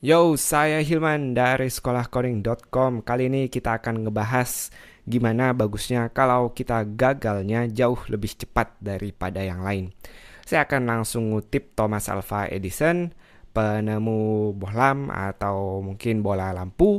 Yo, saya Hilman dari sekolahcoding.com. Kali ini kita akan ngebahas gimana bagusnya kalau kita gagalnya jauh lebih cepat daripada yang lain. Saya akan langsung ngutip Thomas Alva Edison, penemu bohlam atau mungkin bola lampu.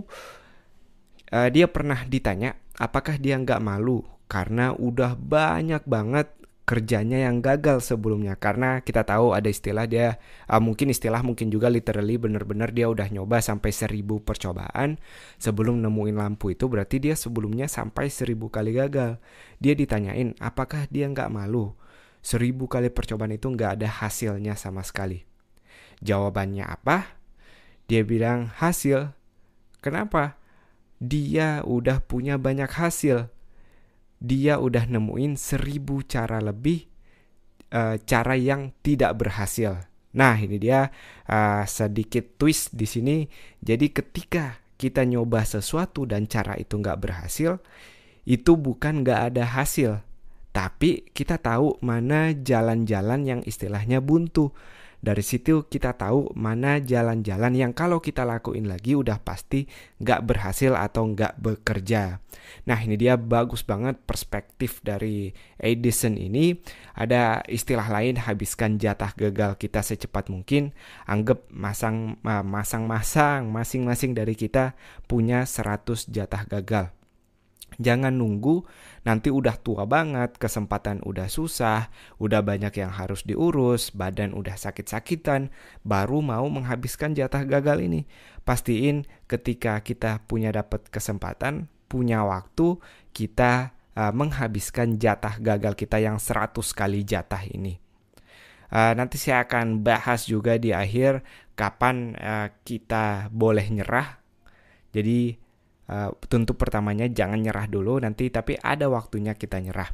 Dia pernah ditanya, apakah dia nggak malu karena udah banyak banget kerjanya yang gagal sebelumnya. Karena kita tahu ada istilah dia, mungkin juga literally bener-bener dia udah nyoba sampai 1000 percobaan sebelum nemuin lampu itu, berarti dia sebelumnya sampai 1000 kali gagal. Dia ditanyain apakah dia nggak malu 1000 kali percobaan itu nggak ada hasilnya sama sekali. Jawabannya apa? Dia bilang hasil. Kenapa? Dia udah punya banyak hasil. Dia udah nemuin 1000 cara lebih, cara yang tidak berhasil. Nah, ini dia sedikit twist di sini. Jadi ketika kita nyoba sesuatu dan cara itu nggak berhasil, itu bukan nggak ada hasil, tapi kita tahu mana jalan-jalan yang istilahnya buntu. Dari situ kita tahu mana jalan-jalan yang kalau kita lakuin lagi udah pasti nggak berhasil atau nggak bekerja. Nah, ini dia bagus banget perspektif dari Edison ini. Ada istilah lain, habiskan jatah gagal kita secepat mungkin. Anggap masing-masing dari kita punya 100 jatah gagal. Jangan nunggu nanti udah tua banget, kesempatan udah susah, udah banyak yang harus diurus, badan udah sakit-sakitan, baru mau menghabiskan jatah gagal ini. Pastiin ketika kita dapat kesempatan, punya waktu, kita menghabiskan jatah gagal kita yang 100 kali jatah ini. Nanti saya akan bahas juga di akhir kapan kita boleh nyerah. Jadi tentu pertamanya jangan nyerah dulu nanti, tapi ada waktunya kita nyerah.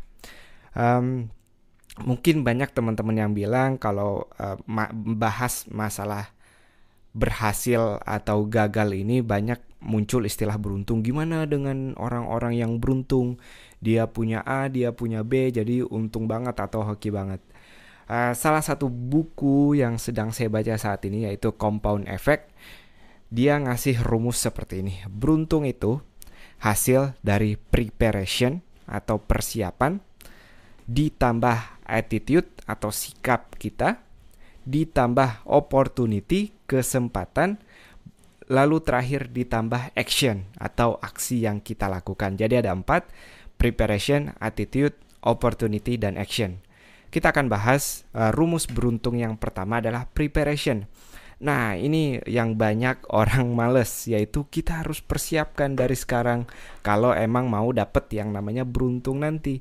Mungkin banyak teman-teman yang bilang kalau bahas masalah berhasil atau gagal ini banyak muncul istilah beruntung. Gimana dengan orang-orang yang beruntung? Dia punya A, dia punya B, jadi untung banget atau hoki banget. Salah satu buku yang sedang saya baca saat ini yaitu Compound Effect. Dia ngasih rumus seperti ini. Beruntung itu hasil dari preparation atau persiapan, ditambah attitude atau sikap kita, ditambah opportunity, kesempatan, lalu terakhir ditambah action atau aksi yang kita lakukan. Jadi ada 4, preparation, attitude, opportunity, dan action. Kita akan bahas rumus beruntung yang pertama adalah preparation. Nah, ini yang banyak orang males, yaitu kita harus persiapkan dari sekarang kalau emang mau dapet yang namanya beruntung nanti.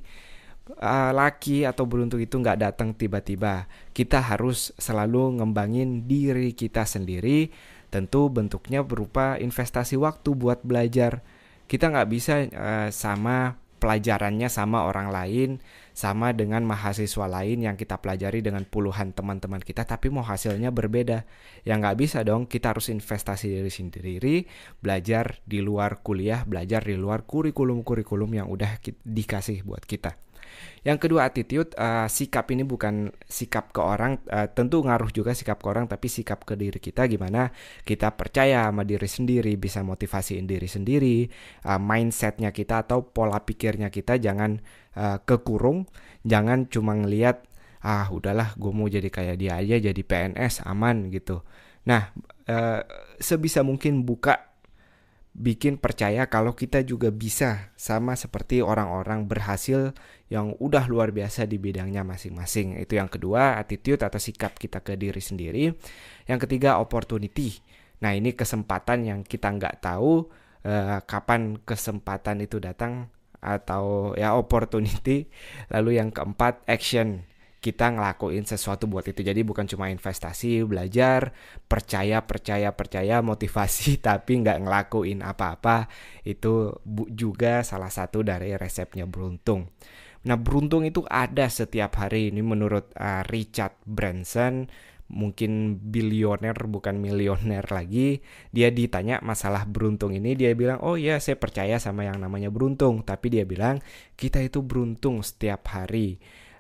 Laki atau beruntung itu nggak datang tiba-tiba. Kita harus selalu ngembangin diri kita sendiri. Tentu bentuknya berupa investasi waktu buat belajar. Kita nggak bisa sama pelajarannya sama orang lain, sama dengan mahasiswa lain yang kita pelajari dengan puluhan teman-teman kita, tapi mau hasilnya berbeda. Ya nggak bisa dong, kita harus investasi diri sendiri, belajar di luar kuliah, belajar di luar kurikulum-kurikulum yang udah dikasih buat kita. Yang kedua attitude, sikap ini bukan sikap ke orang, tentu ngaruh juga sikap ke orang, tapi sikap ke diri kita gimana kita percaya sama diri sendiri, bisa motivasiin diri sendiri, mindsetnya kita atau pola pikirnya kita jangan kekurung, jangan cuma ngelihat udahlah gue mau jadi kayak dia aja, jadi PNS aman gitu. Nah, sebisa mungkin bikin percaya kalau kita juga bisa sama seperti orang-orang berhasil yang udah luar biasa di bidangnya masing-masing. Itu yang kedua, attitude atau sikap kita ke diri sendiri. Yang ketiga, opportunity. Nah, ini kesempatan yang kita nggak tahu kapan kesempatan itu datang atau ya opportunity. Lalu yang keempat, action. Kita ngelakuin sesuatu buat itu. Jadi bukan cuma investasi, belajar, percaya, motivasi, tapi nggak ngelakuin apa-apa. Itu juga salah satu dari resepnya beruntung. Nah, beruntung itu ada setiap hari. Ini menurut Richard Branson, mungkin bilioner bukan milioner lagi. Dia ditanya masalah beruntung ini, dia bilang, oh ya saya percaya sama yang namanya beruntung. Tapi dia bilang, kita itu beruntung setiap hari.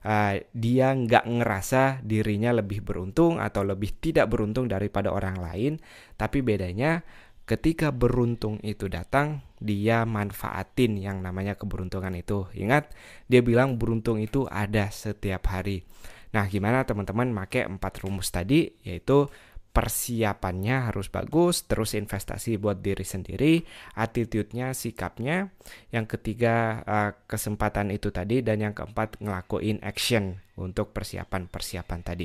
dia nggak ngerasa dirinya lebih beruntung atau lebih tidak beruntung daripada orang lain. Tapi bedanya ketika beruntung itu datang, dia manfaatin yang namanya keberuntungan itu. Ingat, dia bilang beruntung itu ada setiap hari. Nah, gimana teman-teman pakai 4 rumus tadi, yaitu persiapannya harus bagus, terus investasi buat diri sendiri, attitude-nya, sikapnya, yang ketiga kesempatan itu tadi, dan yang keempat ngelakuin action untuk persiapan-persiapan tadi.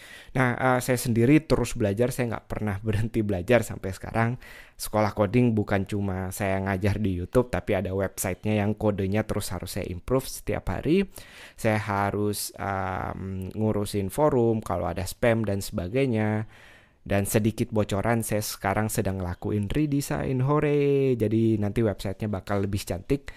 Nah, saya sendiri terus belajar, saya nggak pernah berhenti belajar sampai sekarang. Sekolah coding bukan cuma saya ngajar di YouTube, tapi ada websitenya yang kodenya terus harus saya improve setiap hari. Saya harus ngurusin forum, kalau ada spam dan sebagainya. Dan sedikit bocoran, saya sekarang sedang ngelakuin redesign, hore. Jadi nanti websitenya bakal lebih cantik.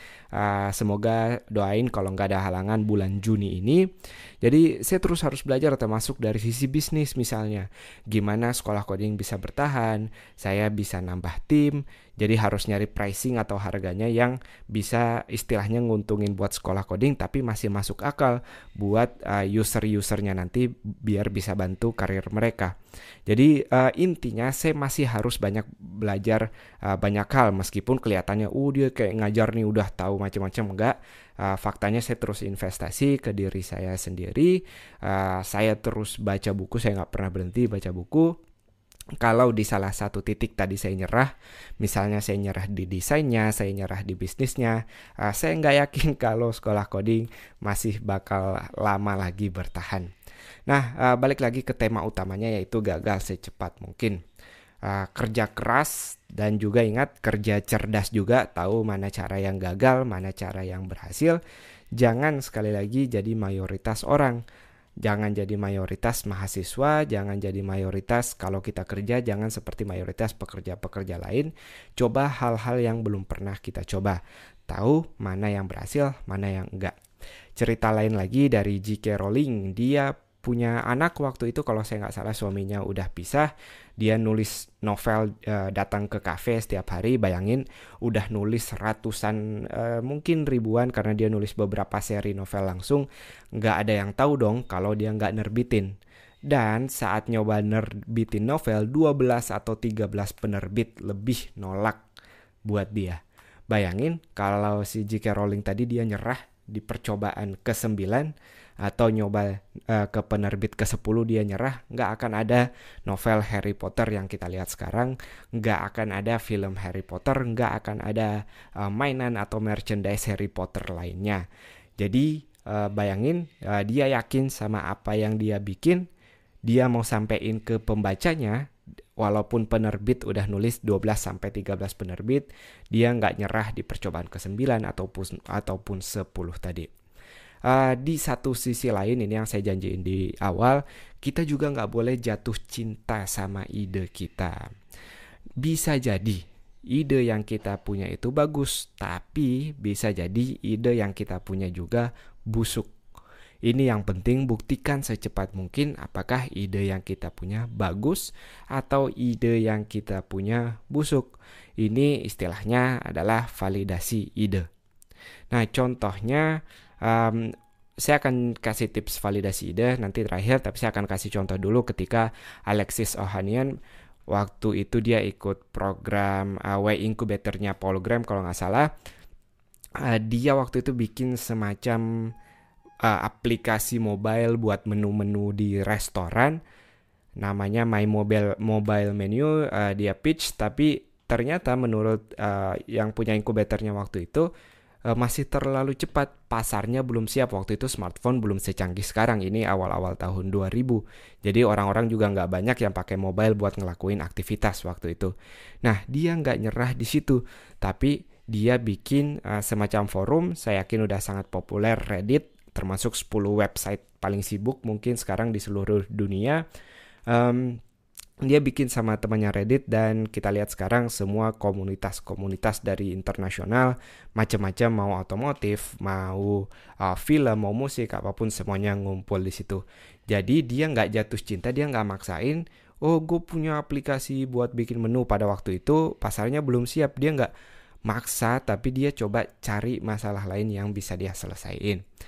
Semoga doain kalau nggak ada halangan bulan Juni ini. Jadi saya terus harus belajar, termasuk dari sisi bisnis misalnya. Gimana sekolah coding bisa bertahan, saya bisa nambah tim. Jadi harus nyari pricing atau harganya yang bisa istilahnya nguntungin buat sekolah coding, tapi masih masuk akal buat user-usernya nanti biar bisa bantu karir mereka. Jadi intinya saya masih harus banyak belajar banyak hal, meskipun kelihatannya dia kayak ngajar nih udah tahu macam-macam. Enggak, faktanya saya terus investasi ke diri saya sendiri. Saya terus baca buku, saya nggak pernah berhenti baca buku. Kalau di salah satu titik tadi saya nyerah, misalnya saya nyerah di desainnya, saya nyerah di bisnisnya, saya nggak yakin kalau sekolah coding masih bakal lama lagi bertahan. Nah, balik lagi ke tema utamanya, yaitu gagal secepat mungkin. Kerja keras dan juga ingat kerja cerdas juga, tahu mana cara yang gagal, mana cara yang berhasil. Jangan sekali lagi jadi mayoritas orang. Jangan jadi mayoritas mahasiswa, jangan jadi mayoritas kalau kita kerja, jangan seperti mayoritas pekerja-pekerja lain. Coba hal-hal yang belum pernah kita coba. Tahu mana yang berhasil, mana yang enggak. Cerita lain lagi dari J.K. Rowling, dia punya anak waktu itu, kalau saya nggak salah suaminya udah pisah. Dia nulis novel, datang ke kafe setiap hari. Bayangin udah nulis ratusan, mungkin ribuan, karena dia nulis beberapa seri novel langsung. Nggak ada yang tahu dong kalau dia nggak nerbitin. Dan saat nyoba nerbitin novel, 12 atau 13 penerbit lebih nolak buat dia. Bayangin kalau si J.K. Rowling tadi dia nyerah di percobaan ke-9, atau nyoba ke penerbit ke-10 dia nyerah, nggak akan ada novel Harry Potter yang kita lihat sekarang, nggak akan ada film Harry Potter, nggak akan ada mainan atau merchandise Harry Potter lainnya. Jadi bayangin, dia yakin sama apa yang dia bikin, dia mau sampein ke pembacanya, walaupun penerbit udah nulis 12-13 penerbit, dia nggak nyerah di percobaan ke-9 ataupun 10 tadi. Di satu sisi lain, ini yang saya janjiin di awal, kita juga nggak boleh jatuh cinta sama ide kita. Bisa jadi ide yang kita punya itu bagus, tapi bisa jadi ide yang kita punya juga busuk. Ini yang penting, buktikan secepat mungkin apakah ide yang kita punya bagus atau ide yang kita punya busuk. Ini istilahnya adalah validasi ide. Nah, contohnya, saya akan kasih tips validasi ide nanti terakhir, tapi saya akan kasih contoh dulu ketika Alexis Ohanian waktu itu dia ikut program Y Incubator-nya Paul Graham kalau nggak salah. Dia waktu itu bikin semacam aplikasi mobile buat menu-menu di restoran, namanya My Mobile Menu. Dia pitch, tapi ternyata menurut yang punya inkubatornya waktu itu masih terlalu cepat, pasarnya belum siap. Waktu itu smartphone belum secanggih sekarang, ini awal-awal tahun 2000. Jadi orang-orang juga nggak banyak yang pakai mobile buat ngelakuin aktivitas waktu itu. Nah, dia nggak nyerah di situ, tapi dia bikin semacam forum. Saya yakin udah sangat populer, Reddit, termasuk 10 website paling sibuk mungkin sekarang di seluruh dunia. Dia bikin sama temannya Reddit, dan kita lihat sekarang semua komunitas-komunitas dari internasional, macam-macam, mau otomotif, mau film, mau musik, apapun semuanya ngumpul di situ. Jadi dia nggak jatuh cinta, dia nggak maksain, gue punya aplikasi buat bikin menu. Pada waktu itu pasarnya belum siap, dia nggak maksa, tapi dia coba cari masalah lain yang bisa dia selesaiin.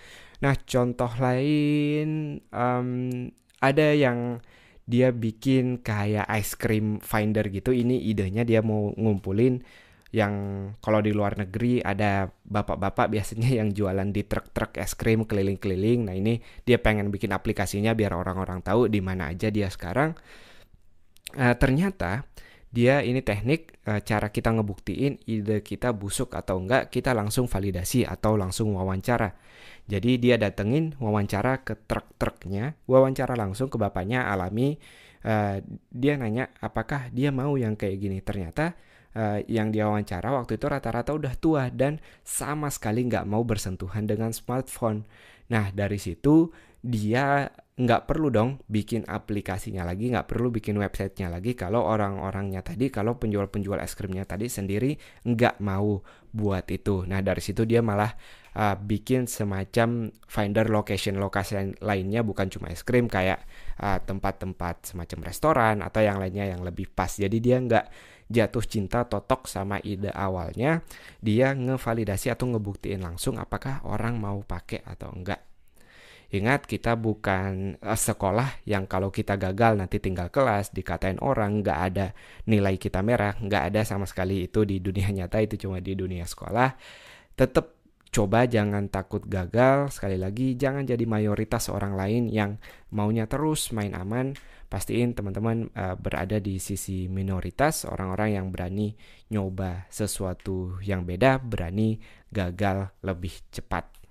Nah, contoh lain ada yang dia bikin kayak ice cream finder gitu. Ini idenya dia mau ngumpulin yang kalau di luar negeri ada bapak-bapak biasanya yang jualan di truk-truk es krim keliling-keliling. Nah, ini dia pengen bikin aplikasinya biar orang-orang tahu di mana aja dia sekarang. Ternyata dia ini teknik cara kita ngebuktiin ide kita busuk atau enggak, kita langsung validasi atau langsung wawancara. Jadi dia datengin wawancara ke truk-truknya, wawancara langsung ke bapaknya, alami. Dia nanya apakah dia mau yang kayak gini. Ternyata yang dia wawancara waktu itu rata-rata udah tua dan sama sekali nggak mau bersentuhan dengan smartphone. Nah, dari situ dia nggak perlu dong bikin aplikasinya lagi, nggak perlu bikin websitenya lagi kalau orang-orangnya tadi, kalau penjual-penjual es krimnya tadi sendiri nggak mau buat itu. Nah, dari situ dia malah bikin semacam finder location lainnya, bukan cuma es krim, kayak tempat-tempat semacam restoran atau yang lainnya yang lebih pas. Jadi dia nggak jatuh cinta totok sama ide awalnya, dia ngevalidasi atau ngebuktiin langsung apakah orang mau pakai atau enggak. Ingat, kita bukan sekolah yang kalau kita gagal nanti tinggal kelas, dikatain orang, nggak ada nilai kita merah, nggak ada sama sekali itu di dunia nyata, itu cuma di dunia sekolah. Tetap coba jangan takut gagal, sekali lagi jangan jadi mayoritas orang lain yang maunya terus main aman. Pastiin teman-teman berada di sisi minoritas, orang-orang yang berani nyoba sesuatu yang beda, berani gagal lebih cepat.